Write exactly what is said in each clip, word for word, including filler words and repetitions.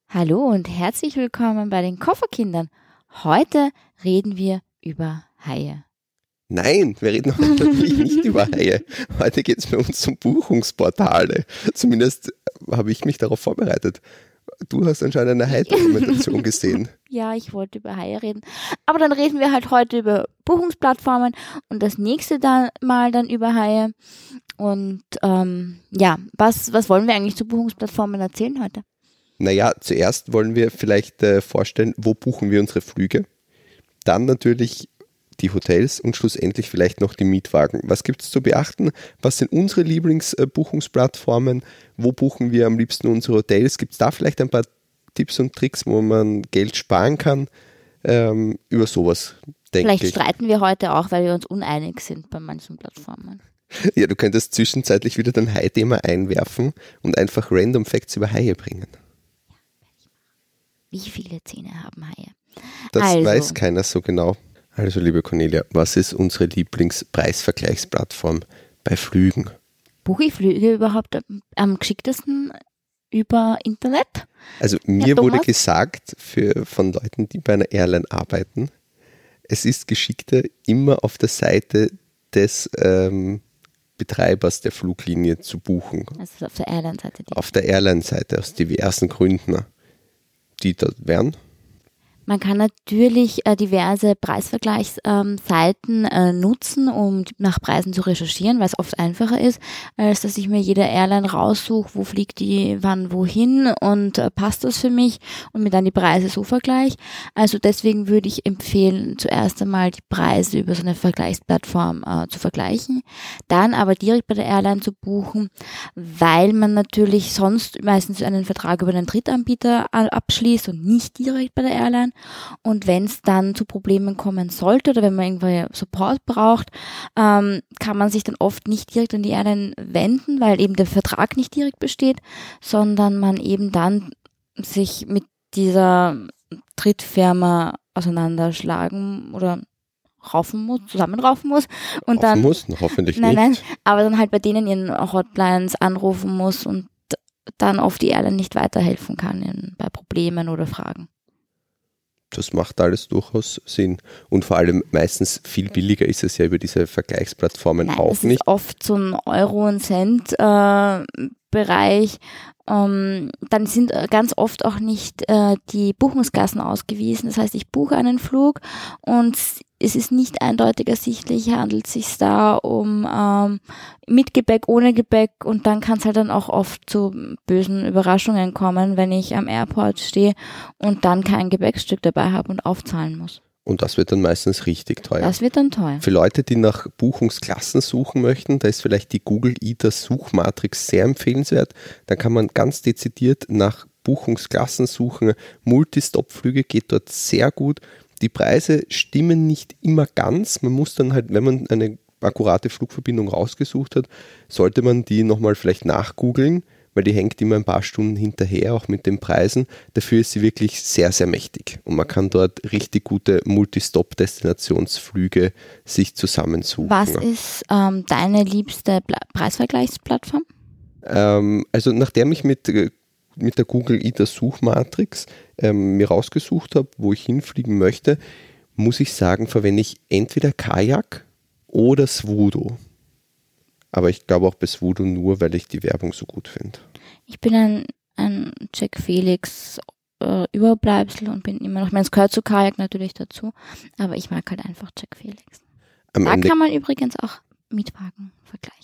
Hallo und herzlich willkommen bei den Kofferkindern. Heute reden wir über Haie. Nein, wir reden heute natürlich nicht über Haie. Heute geht es bei uns um Buchungsportale. Zumindest habe ich mich darauf vorbereitet. Du hast anscheinend eine Hai-Dokumentation gesehen. Ja, ich wollte über Haie reden. Aber dann reden wir halt heute über Buchungsplattformen und das nächste dann mal dann über Haie. Und ähm, ja, was, was wollen wir eigentlich zu Buchungsplattformen erzählen heute? Naja, zuerst wollen wir vielleicht äh, vorstellen, wo buchen wir unsere Flüge. Dann natürlich die Hotels und schlussendlich vielleicht noch die Mietwagen. Was gibt es zu beachten? Was sind unsere Lieblingsbuchungsplattformen? Wo buchen wir am liebsten unsere Hotels? Gibt es da vielleicht ein paar Tipps und Tricks, wo man Geld sparen kann? Ähm, über sowas denke ich. Vielleicht streiten wir heute auch, weil wir uns uneinig sind bei manchen Plattformen. Ja, du könntest zwischenzeitlich wieder dein Hai-Thema einwerfen und einfach random Facts über Haie bringen. Wie viele Zähne haben Haie? Das also. weiß keiner so genau. Also, liebe Cornelia, was ist unsere Lieblingspreisvergleichsplattform bei Flügen? Buche ich Flüge überhaupt am geschicktesten über Internet? Also mir wurde gesagt für, von Leuten, die bei einer Airline arbeiten, es ist geschickter, immer auf der Seite des ähm, Betreibers der Fluglinie zu buchen. Also auf der Airline-Seite? Auf der Airline-Seite, aus diversen Gründen, die da wären. Man kann natürlich äh, diverse Preisvergleichsseiten äh, nutzen, um nach Preisen zu recherchieren, weil es oft einfacher ist, als dass ich mir jede Airline raussuche, wo fliegt die wann wohin und äh, passt das für mich und mir dann die Preise so vergleiche. Also deswegen würde ich empfehlen, zuerst einmal die Preise über so eine Vergleichsplattform äh, zu vergleichen, dann aber direkt bei der Airline zu buchen, weil man natürlich sonst meistens einen Vertrag über einen Drittanbieter abschließt und nicht direkt bei der Airline. Und wenn es dann zu Problemen kommen sollte oder wenn man irgendwie Support braucht, ähm, kann man sich dann oft nicht direkt an die Airline wenden, weil eben der Vertrag nicht direkt besteht, sondern man eben dann sich mit dieser Drittfirma auseinanderschlagen oder raufen muss, zusammenraufen muss. Und raufen dann, muss, hoffentlich nein, nicht. Nein, aber dann halt bei denen ihren Hotlines anrufen muss und dann oft die Airline nicht weiterhelfen kann in, bei Problemen oder Fragen. Das macht alles durchaus Sinn. Und vor allem meistens viel billiger ist es ja über diese Vergleichsplattformen Nein, auch das nicht. Ist oft so ein Euro- und Cent-Bereich. Äh, ähm, dann sind ganz oft auch nicht äh, die Buchungsklassen ausgewiesen. Das heißt, ich buche einen Flug und es ist nicht eindeutig ersichtlich, handelt es sich da um ähm, mit Gepäck, ohne Gepäck, und dann kann es halt dann auch oft zu bösen Überraschungen kommen, wenn ich am Airport stehe und dann kein Gepäckstück dabei habe und aufzahlen muss. Und das wird dann meistens richtig teuer. Das wird dann teuer. Für Leute, die nach Buchungsklassen suchen möchten, da ist vielleicht die Google Eaters Suchmatrix sehr empfehlenswert. Da kann man ganz dezidiert nach Buchungsklassen suchen. Multistop-Flüge geht dort sehr gut. Die Preise stimmen nicht immer ganz. Man muss dann halt, wenn man eine akkurate Flugverbindung rausgesucht hat, sollte man die nochmal vielleicht nachgoogeln, weil die hängt immer ein paar Stunden hinterher, auch mit den Preisen. Dafür ist sie wirklich sehr, sehr mächtig. Und man kann dort richtig gute Multistop-Destinationsflüge sich zusammensuchen. Was ist ähm, deine liebste Pla- Preisvergleichsplattform? Ähm, also nachdem ich mit mit der Google Eaters Suchmatrix ähm, mir rausgesucht habe, wo ich hinfliegen möchte, muss ich sagen, verwende ich entweder Kayak oder Swoodoo. Aber ich glaube auch bei Swoodoo nur, weil ich die Werbung so gut finde. Ich bin ein, ein Jack Felix äh, Überbleibsel und bin immer noch, ich meine, es gehört zu Kajak natürlich dazu, aber ich mag halt einfach Jack Felix. Am da Ende kann man übrigens auch Mietwagen vergleichen.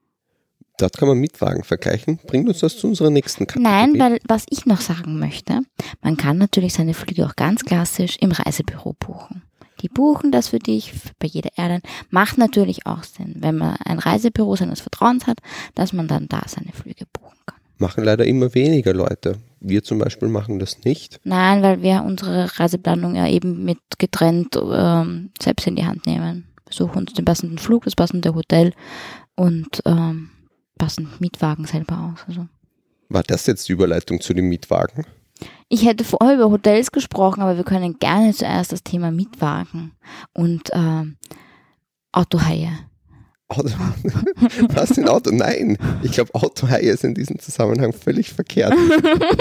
Dort kann man Mietwagen vergleichen. Bringt uns das zu unserer nächsten Kategorie? Nein, weil was ich noch sagen möchte, man kann natürlich seine Flüge auch ganz klassisch im Reisebüro buchen. Die buchen das für dich bei jeder Airline. Macht natürlich auch Sinn, wenn man ein Reisebüro seines Vertrauens hat, dass man dann da seine Flüge buchen kann. Machen leider immer weniger Leute. Wir zum Beispiel machen das nicht. Nein, weil wir unsere Reiseplanung ja eben mit getrennt ähm, selbst in die Hand nehmen. Wir suchen uns den passenden Flug, das passende Hotel und ähm, passend Mietwagen selber aus. Also. War das jetzt die Überleitung zu den Mietwagen? Ich hätte vorher über Hotels gesprochen, aber wir können gerne zuerst das Thema Mietwagen und ähm, Autohaie. Auto, was sind Auto? Nein, ich glaube, Autohaie ist in diesem Zusammenhang völlig verkehrt.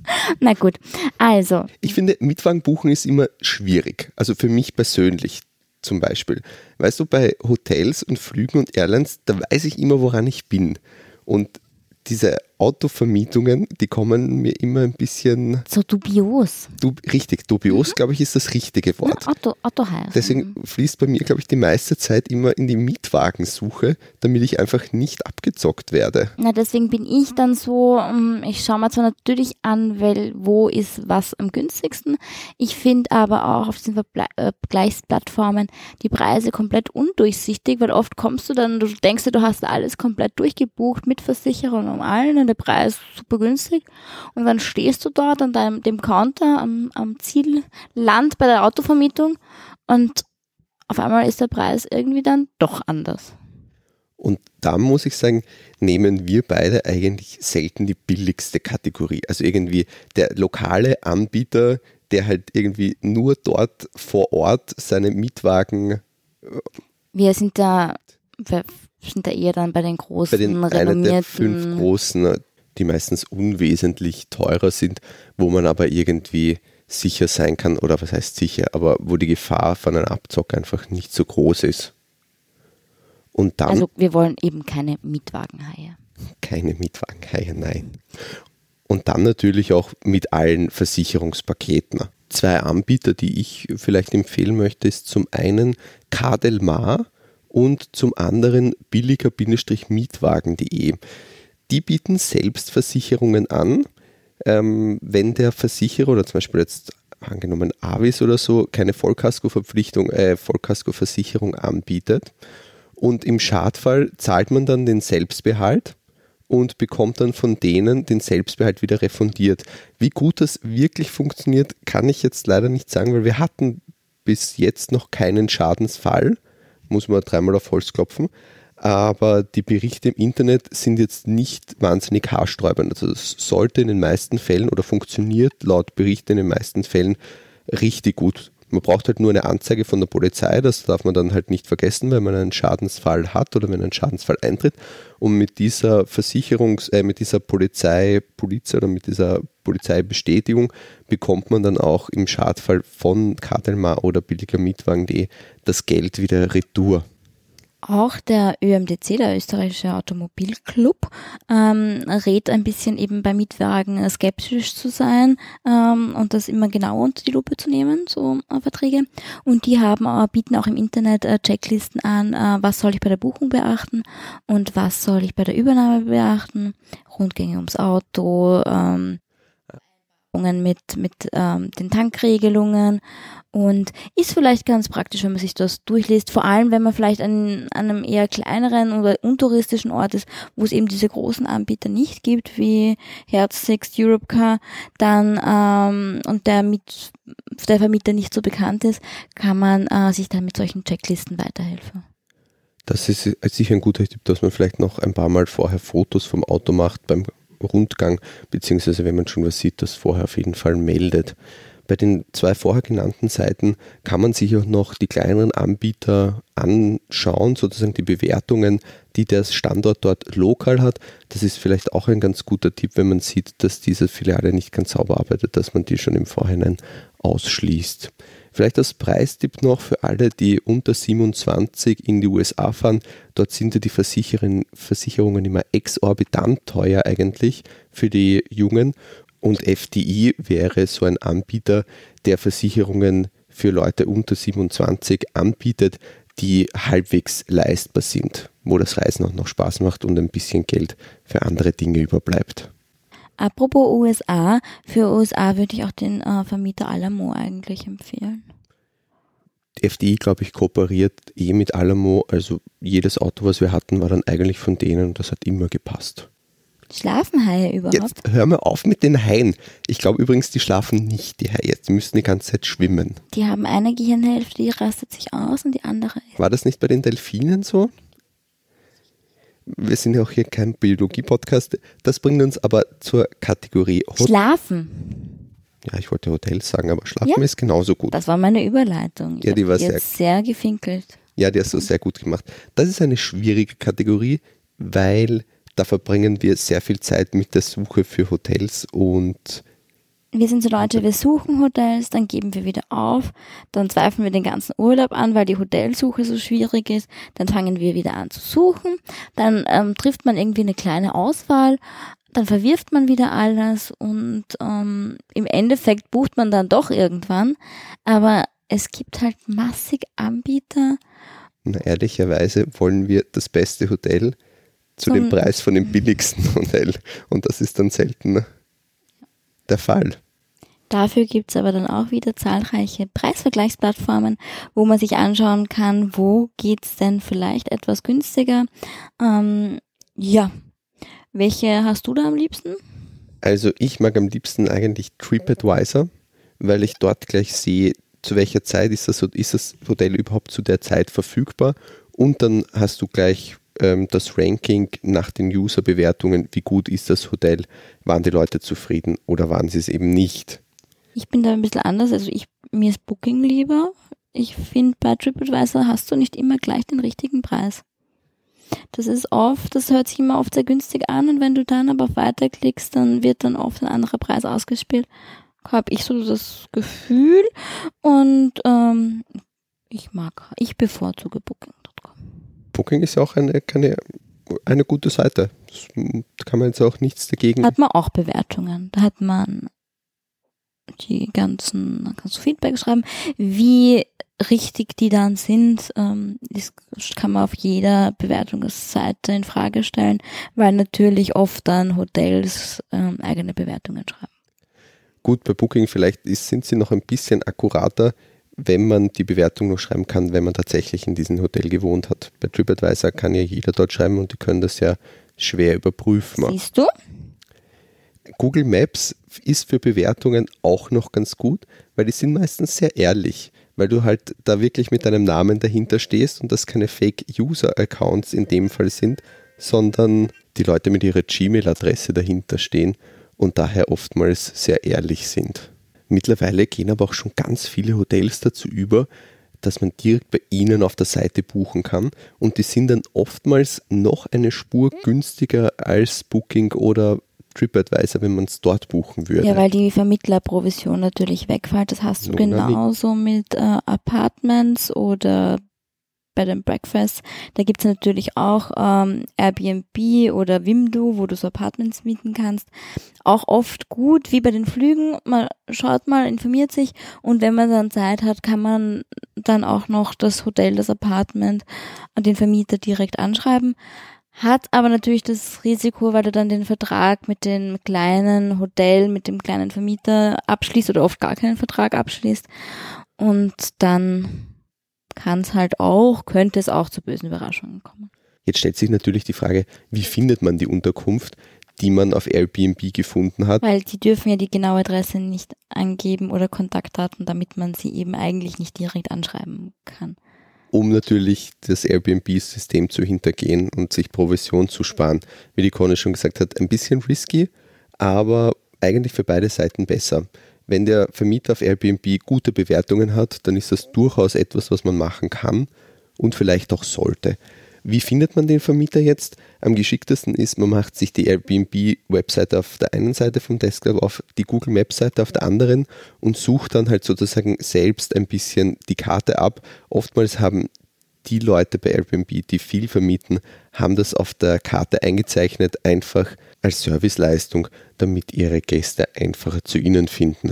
Na gut, also. Ich finde, Mietwagen buchen ist immer schwierig. Also für mich persönlich zum Beispiel. Weißt du, bei Hotels und Flügen und Airlines, da weiß ich immer, woran ich bin. Und diese Autovermietungen, die kommen mir immer ein bisschen... So dubios. Du, richtig, dubios, mhm. glaube ich, ist das richtige Wort. Ja, Auto, Autoheirat. Deswegen fließt bei mir, glaube ich, die meiste Zeit immer in die Mietwagensuche, damit ich einfach nicht abgezockt werde. Na, deswegen bin ich dann so, ich schaue mir zwar natürlich an, weil wo ist was am günstigsten. Ich finde aber auch auf diesen Vergleichsplattformen die Preise komplett undurchsichtig, weil oft kommst du dann, du denkst dir, du hast alles komplett durchgebucht mit Versicherung und allen und der Preis super günstig und dann stehst du dort an deinem dem Counter am, am Zielland bei der Autovermietung und auf einmal ist der Preis irgendwie dann doch anders. Und da muss ich sagen, nehmen wir beide eigentlich selten die billigste Kategorie. Also irgendwie der lokale Anbieter, der halt irgendwie nur dort vor Ort seine Mietwagen... Wir sind da... Wir sind da eher dann bei den großen, bei den, renommierten... Einer der fünf großen, die meistens unwesentlich teurer sind, wo man aber irgendwie sicher sein kann, oder was heißt sicher, aber wo die Gefahr von einem Abzock einfach nicht so groß ist. Und dann, also wir wollen eben keine Mietwagenhaie. Keine Mietwagenhaie, nein. Und dann natürlich auch mit allen Versicherungspaketen. Zwei Anbieter, die ich vielleicht empfehlen möchte, ist zum einen Cadelmar und zum anderen billiger-mietwagen punkt de. Die bieten Selbstversicherungen an, ähm, wenn der Versicherer oder zum Beispiel jetzt angenommen Avis oder so keine Vollkaskoverpflichtung, äh, Vollkaskoversicherung anbietet. Und im Schadfall zahlt man dann den Selbstbehalt und bekommt dann von denen den Selbstbehalt wieder refundiert. Wie gut das wirklich funktioniert, kann ich jetzt leider nicht sagen, weil wir hatten bis jetzt noch keinen Schadensfall. Muss man dreimal auf Holz klopfen. Aber die Berichte im Internet sind jetzt nicht wahnsinnig haarsträubend. Also es sollte in den meisten Fällen oder funktioniert laut Berichten in den meisten Fällen richtig gut. Man braucht halt nur eine Anzeige von der Polizei, das darf man dann halt nicht vergessen, wenn man einen Schadensfall hat oder wenn ein Schadensfall eintritt. Und mit dieser Versicherungs-, äh, mit dieser Polizei, Polizei oder mit dieser Polizeibestätigung bekommt man dann auch im Schadfall von Cadelmar oder billiger-mietwagen punkt de das Geld wieder retour. Auch der Ö M D C, der österreichische Automobilclub, ähm, rät ein bisschen eben bei Mietwagen skeptisch zu sein ähm, und das immer genau unter die Lupe zu nehmen, so äh, Verträge. Und die haben äh, bieten auch im Internet äh, Checklisten an, äh, was soll ich bei der Buchung beachten und was soll ich bei der Übernahme beachten. Rundgänge ums Auto, ähm, mit, mit ähm, den Tankregelungen und ist vielleicht ganz praktisch, wenn man sich das durchliest, vor allem wenn man vielleicht an, an einem eher kleineren oder untouristischen Ort ist, wo es eben diese großen Anbieter nicht gibt, wie Herz, Sixt, Europcar, dann ähm, und der, mit, der Vermieter nicht so bekannt ist, kann man äh, sich dann mit solchen Checklisten weiterhelfen. Das ist sicher ein guter Tipp, dass man vielleicht noch ein paar Mal vorher Fotos vom Auto macht beim Rundgang, beziehungsweise wenn man schon was sieht, das vorher auf jeden Fall meldet. Bei den zwei vorher genannten Seiten kann man sich auch noch die kleineren Anbieter anschauen, sozusagen die Bewertungen, die der Standort dort lokal hat. Das ist vielleicht auch ein ganz guter Tipp, wenn man sieht, dass diese Filiale nicht ganz sauber arbeitet, dass man die schon im Vorhinein ausschließt. Vielleicht als Preistipp noch für alle, die unter siebenundzwanzig in die U S A fahren. Dort sind ja die Versicherungen immer exorbitant teuer eigentlich für die Jungen. Und F D I wäre so ein Anbieter, der Versicherungen für Leute unter siebenundzwanzig anbietet, die halbwegs leistbar sind, wo das Reisen auch noch Spaß macht und ein bisschen Geld für andere Dinge überbleibt. Apropos U S A, für U S A würde ich auch den äh, Vermieter Alamo eigentlich empfehlen. Die F D I, glaube ich, kooperiert eh mit Alamo, also jedes Auto, was wir hatten, war dann eigentlich von denen und das hat immer gepasst. Schlafen Haie überhaupt? Jetzt hör mal auf mit den Haien. Ich glaube übrigens, die schlafen nicht, die Haie. Die müssen die ganze Zeit schwimmen. Die haben eine Gehirnhälfte, die rastet sich aus und die andere ist. War das nicht bei den Delfinen so? Wir sind ja auch hier kein Biologie-Podcast. Das bringt uns aber zur Kategorie Hot- Schlafen. Ja, ich wollte Hotels sagen, aber Schlafen ja, ist genauso gut. Das war meine Überleitung. Ich ja, die war sehr, sehr, sehr gefinkelt. Ja, die hast du sehr gut gemacht. Das ist eine schwierige Kategorie, weil da verbringen wir sehr viel Zeit mit der Suche für Hotels und Wir sind so Leute, wir suchen Hotels, dann geben wir wieder auf, dann zweifeln wir den ganzen Urlaub an, weil die Hotelsuche so schwierig ist, dann fangen wir wieder an zu suchen, dann ähm, trifft man irgendwie eine kleine Auswahl, dann verwirft man wieder alles und ähm, im Endeffekt bucht man dann doch irgendwann, aber es gibt halt massig Anbieter. Na, ehrlicherweise wollen wir das beste Hotel zu dem Preis von dem billigsten Hotel und das ist dann selten der Fall. Dafür gibt es aber dann auch wieder zahlreiche Preisvergleichsplattformen, wo man sich anschauen kann, wo geht's denn vielleicht etwas günstiger. Ähm, ja, welche hast du da am liebsten? Also ich mag am liebsten eigentlich TripAdvisor, weil ich dort gleich sehe, zu welcher Zeit ist das, ist das Hotel überhaupt zu der Zeit verfügbar und dann hast du gleich das Ranking nach den User-Bewertungen, wie gut ist das Hotel, waren die Leute zufrieden oder waren sie es eben nicht? Ich bin da ein bisschen anders, also ich, mir ist Booking lieber. Ich finde, bei TripAdvisor hast du nicht immer gleich den richtigen Preis. Das ist oft, das hört sich immer oft sehr günstig an und wenn du dann aber auf Weiter klickst, dann wird dann oft ein anderer Preis ausgespielt. Habe ich so das Gefühl und ähm, ich mag, ich bevorzuge Booking. Booking ist auch eine, keine, eine gute Seite. Da kann man jetzt auch nichts dagegen. Hat man auch Bewertungen. Da hat man die ganzen, kannst du Feedback schreiben. Wie richtig die dann sind, ähm, das kann man auf jeder Bewertungsseite in Frage stellen, weil natürlich oft dann Hotels ähm, eigene Bewertungen schreiben. Gut, bei Booking vielleicht ist, sind sie noch ein bisschen akkurater, wenn man die Bewertung noch schreiben kann, wenn man tatsächlich in diesem Hotel gewohnt hat. Bei TripAdvisor kann ja jeder dort schreiben und die können das ja schwer überprüfen. Siehst du? Google Maps ist für Bewertungen auch noch ganz gut, weil die sind meistens sehr ehrlich, weil du halt da wirklich mit deinem Namen dahinter stehst und das keine Fake-User-Accounts in dem Fall sind, sondern die Leute mit ihrer Gmail-Adresse dahinter stehen und daher oftmals sehr ehrlich sind. Mittlerweile gehen aber auch schon ganz viele Hotels dazu über, dass man direkt bei ihnen auf der Seite buchen kann und die sind dann oftmals noch eine Spur günstiger als Booking oder TripAdvisor, wenn man es dort buchen würde. Ja, weil die Vermittlerprovision natürlich wegfällt. Das hast du genauso mit äh, Apartments oder Bed and Breakfast. Da gibt es natürlich auch ähm, Airbnb oder Wimdu, wo du so Apartments mieten kannst. Auch oft gut, wie bei den Flügen. Man schaut mal, informiert sich und wenn man dann Zeit hat, kann man dann auch noch das Hotel, das Apartment und den Vermieter direkt anschreiben. Hat aber natürlich das Risiko, weil du dann den Vertrag mit dem kleinen Hotel, mit dem kleinen Vermieter abschließt oder oft gar keinen Vertrag abschließt und dann kann es halt auch, könnte es auch zu bösen Überraschungen kommen. Jetzt stellt sich natürlich die Frage, wie findet man die Unterkunft, die man auf Airbnb gefunden hat? Weil die dürfen ja die genaue Adresse nicht angeben oder Kontaktdaten, damit man sie eben eigentlich nicht direkt anschreiben kann. Um natürlich das Airbnb-System zu hintergehen und sich Provision zu sparen. Wie die Conny schon gesagt hat, ein bisschen risky, aber eigentlich für beide Seiten besser. Wenn der Vermieter auf Airbnb gute Bewertungen hat, dann ist das durchaus etwas, was man machen kann und vielleicht auch sollte. Wie findet man den Vermieter jetzt? Am geschicktesten ist, man macht sich die Airbnb-Webseite auf der einen Seite vom Desktop auf, die Google Maps-Seite auf der anderen und sucht dann halt sozusagen selbst ein bisschen die Karte ab. Oftmals haben die Leute bei Airbnb, die viel vermieten, haben das auf der Karte eingezeichnet, einfach als Serviceleistung, damit ihre Gäste einfacher zu ihnen finden.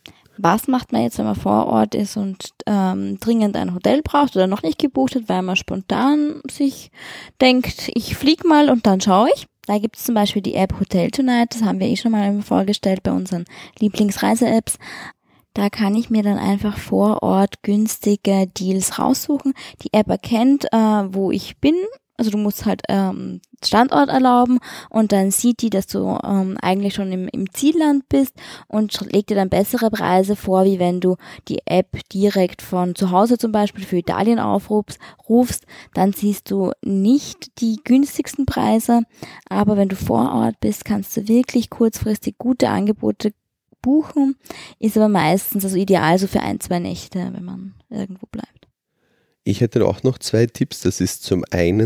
Was macht man jetzt, wenn man vor Ort ist und ähm, dringend ein Hotel braucht oder noch nicht gebucht hat, weil man spontan sich denkt, ich fliege mal und dann schaue ich? Da gibt es zum Beispiel die App Hotel Tonight, das haben wir eh schon mal vorgestellt bei unseren Lieblingsreise-Apps. Da kann ich mir dann einfach vor Ort günstige Deals raussuchen. Die App erkennt, äh, wo ich bin. Also du musst halt ähm, Standort erlauben und dann sieht die, dass du ähm, eigentlich schon im, im Zielland bist und legt dir dann bessere Preise vor, wie wenn du die App direkt von zu Hause zum Beispiel für Italien aufrufst, rufst, dann siehst du nicht die günstigsten Preise, aber wenn du vor Ort bist, kannst du wirklich kurzfristig gute Angebote buchen, ist aber meistens also ideal so für ein, zwei Nächte, wenn man irgendwo bleibt. Ich hätte auch noch zwei Tipps. Das ist zum einen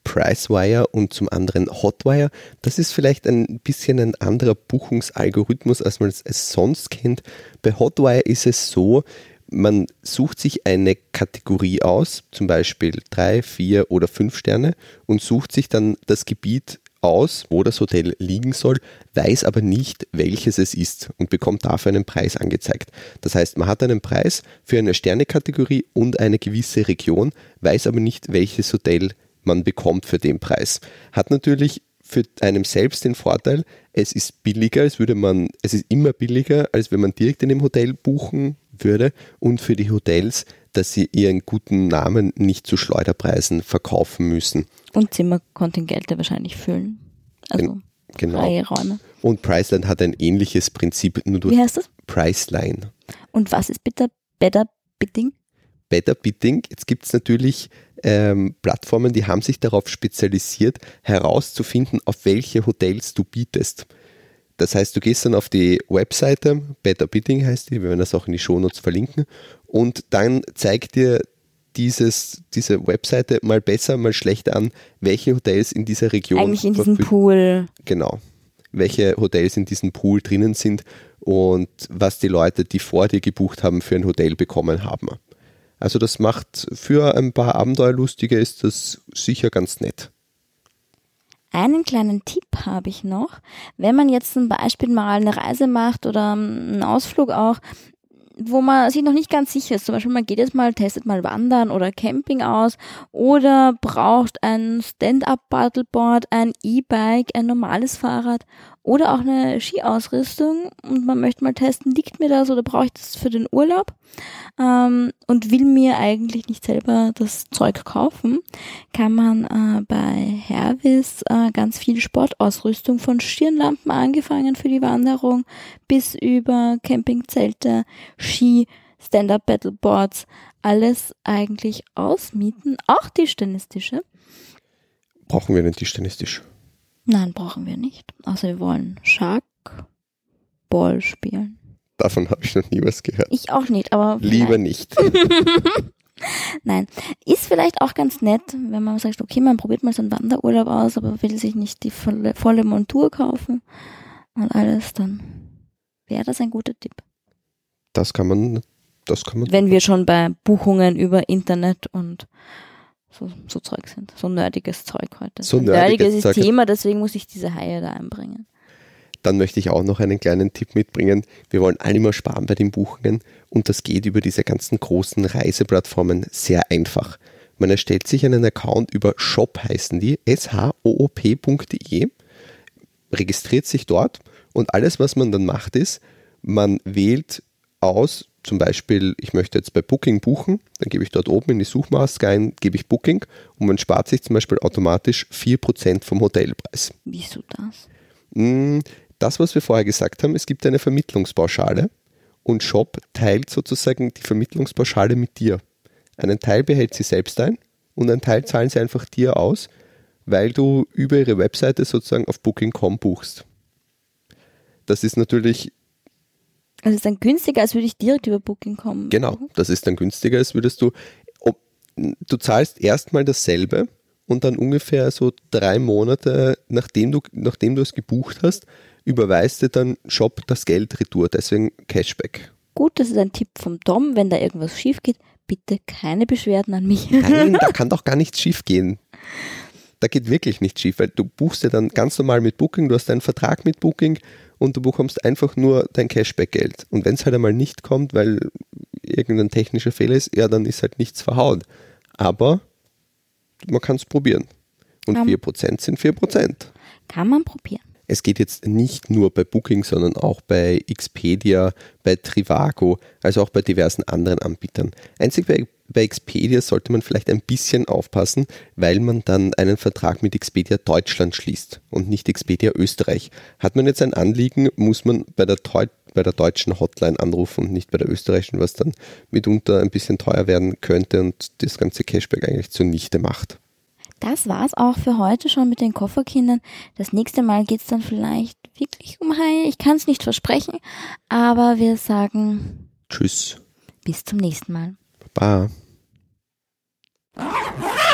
Pricewire und zum anderen Hotwire. Das ist vielleicht ein bisschen ein anderer Buchungsalgorithmus, als man es sonst kennt. Bei Hotwire ist es so, man sucht sich eine Kategorie aus, zum Beispiel drei, vier oder fünf Sterne und sucht sich dann das Gebiet aus, wo das Hotel liegen soll, weiß aber nicht, welches es ist und bekommt dafür einen Preis angezeigt. Das heißt, man hat einen Preis für eine Sternekategorie und eine gewisse Region, weiß aber nicht, welches Hotel man bekommt für den Preis. Hat natürlich für einem selbst den Vorteil, es ist billiger, als würde man, es ist immer billiger, als wenn man direkt in dem Hotel buchen würde, und für die Hotels, dass sie ihren guten Namen nicht zu Schleuderpreisen verkaufen müssen. Und Zimmerkontingente wahrscheinlich füllen. Also genau. freie Räume. Und Priceline hat ein ähnliches Prinzip. Nur durch Wie heißt das? Priceline. Und was ist bitte Better Bidding? Better Bidding. Jetzt gibt es natürlich ähm, Plattformen, die haben sich darauf spezialisiert, herauszufinden, auf welche Hotels du bietest. Das heißt, du gehst dann auf die Webseite, Better Bidding heißt die, wir werden das auch in die Shownotes verlinken, und dann zeigt dir dieses, diese Webseite mal besser, mal schlechter an, welche Hotels in dieser Region eigentlich in diesem Pool. Genau, welche Hotels in diesem Pool drinnen sind und was die Leute, die vor dir gebucht haben, für ein Hotel bekommen haben. Also das macht für ein paar Abenteuerlustige ist das sicher ganz nett. Einen kleinen Tipp habe ich noch. Wenn man jetzt zum Beispiel mal eine Reise macht oder einen Ausflug auch, wo man sich noch nicht ganz sicher ist, zum Beispiel man geht jetzt mal, testet mal Wandern oder Camping aus oder braucht ein Stand-Up-Paddleboard, ein E-Bike, ein normales Fahrrad oder auch eine Skiausrüstung und man möchte mal testen, liegt mir das oder brauche ich das für den Urlaub ähm, und will mir eigentlich nicht selber das Zeug kaufen, kann man äh, bei Hervis äh, ganz viel Sportausrüstung von Stirnlampen angefangen für die Wanderung bis über Campingzelte, Ski, Stand-Up-Paddleboards, alles eigentlich ausmieten, auch Tischtennistische. Brauchen wir einen Tischtennistisch? Nein, brauchen wir nicht. Außer wir wollen Shark-Ball spielen. Davon habe ich noch nie was gehört. Ich auch nicht, aber lieber nicht. Nein, ist vielleicht auch ganz nett, wenn man sagt, okay, man probiert mal so einen Wanderurlaub aus, aber will sich nicht die volle, volle Montur kaufen und alles, dann wäre das ein guter Tipp. Das kann man, das kann man. Wenn wir schon bei Buchungen über Internet und so, so Zeug sind. So nerdiges Zeug heute. So ein nerdiges, nerdiges Zeug. Thema, deswegen muss ich diese Haie da einbringen. Dann möchte ich auch noch einen kleinen Tipp mitbringen. Wir wollen alle immer sparen bei den Buchungen und das geht über diese ganzen großen Reiseplattformen sehr einfach. Man erstellt sich einen Account über Shop, heißen die, S H O O P punkt D E, registriert sich dort und alles, was man dann macht, ist, man wählt aus, zum Beispiel, ich möchte jetzt bei Booking buchen, dann gebe ich dort oben in die Suchmaske ein, gebe ich Booking und man spart sich zum Beispiel automatisch vier Prozent vom Hotelpreis. Wieso das? Das, was wir vorher gesagt haben, es gibt eine Vermittlungspauschale und Shop teilt sozusagen die Vermittlungspauschale mit dir. Einen Teil behält sie selbst ein und einen Teil zahlen sie einfach dir aus, weil du über ihre Webseite sozusagen auf Booking Punkt com buchst. Das ist natürlich... Also ist dann günstiger, als würde ich direkt über Booking kommen. Genau, das ist dann günstiger, als würdest du, ob, du zahlst erstmal dasselbe und dann ungefähr so drei Monate, nachdem du, nachdem du es gebucht hast, überweist dir dann Shop das Geld retour, deswegen Cashback. Gut, das ist ein Tipp vom Tom, wenn da irgendwas schief geht, bitte keine Beschwerden an mich. Nein, da kann doch gar nichts schief gehen. Da geht wirklich nichts schief, weil du buchst ja dann ganz normal mit Booking, du hast einen Vertrag mit Booking und du bekommst einfach nur dein Cashback-Geld. Und wenn es halt einmal nicht kommt, weil irgendein technischer Fehler ist, ja, dann ist halt nichts verhauen. Aber man kann es probieren. Und kann, vier Prozent sind vier Prozent. Kann man probieren. Es geht jetzt nicht nur bei Booking, sondern auch bei Expedia, bei Trivago, also auch bei diversen anderen Anbietern. Einzig bei, bei Expedia sollte man vielleicht ein bisschen aufpassen, weil man dann einen Vertrag mit Expedia Deutschland schließt und nicht Expedia Österreich. Hat man jetzt ein Anliegen, muss man bei der, Teu- bei der deutschen Hotline anrufen und nicht bei der österreichischen, was dann mitunter ein bisschen teuer werden könnte und das ganze Cashback eigentlich zunichte macht. Das war's auch für heute schon mit den Kofferkindern. Das nächste Mal geht's dann vielleicht wirklich um Haie. Ich kann es nicht versprechen, aber wir sagen Tschüss. Bis zum nächsten Mal. Baba.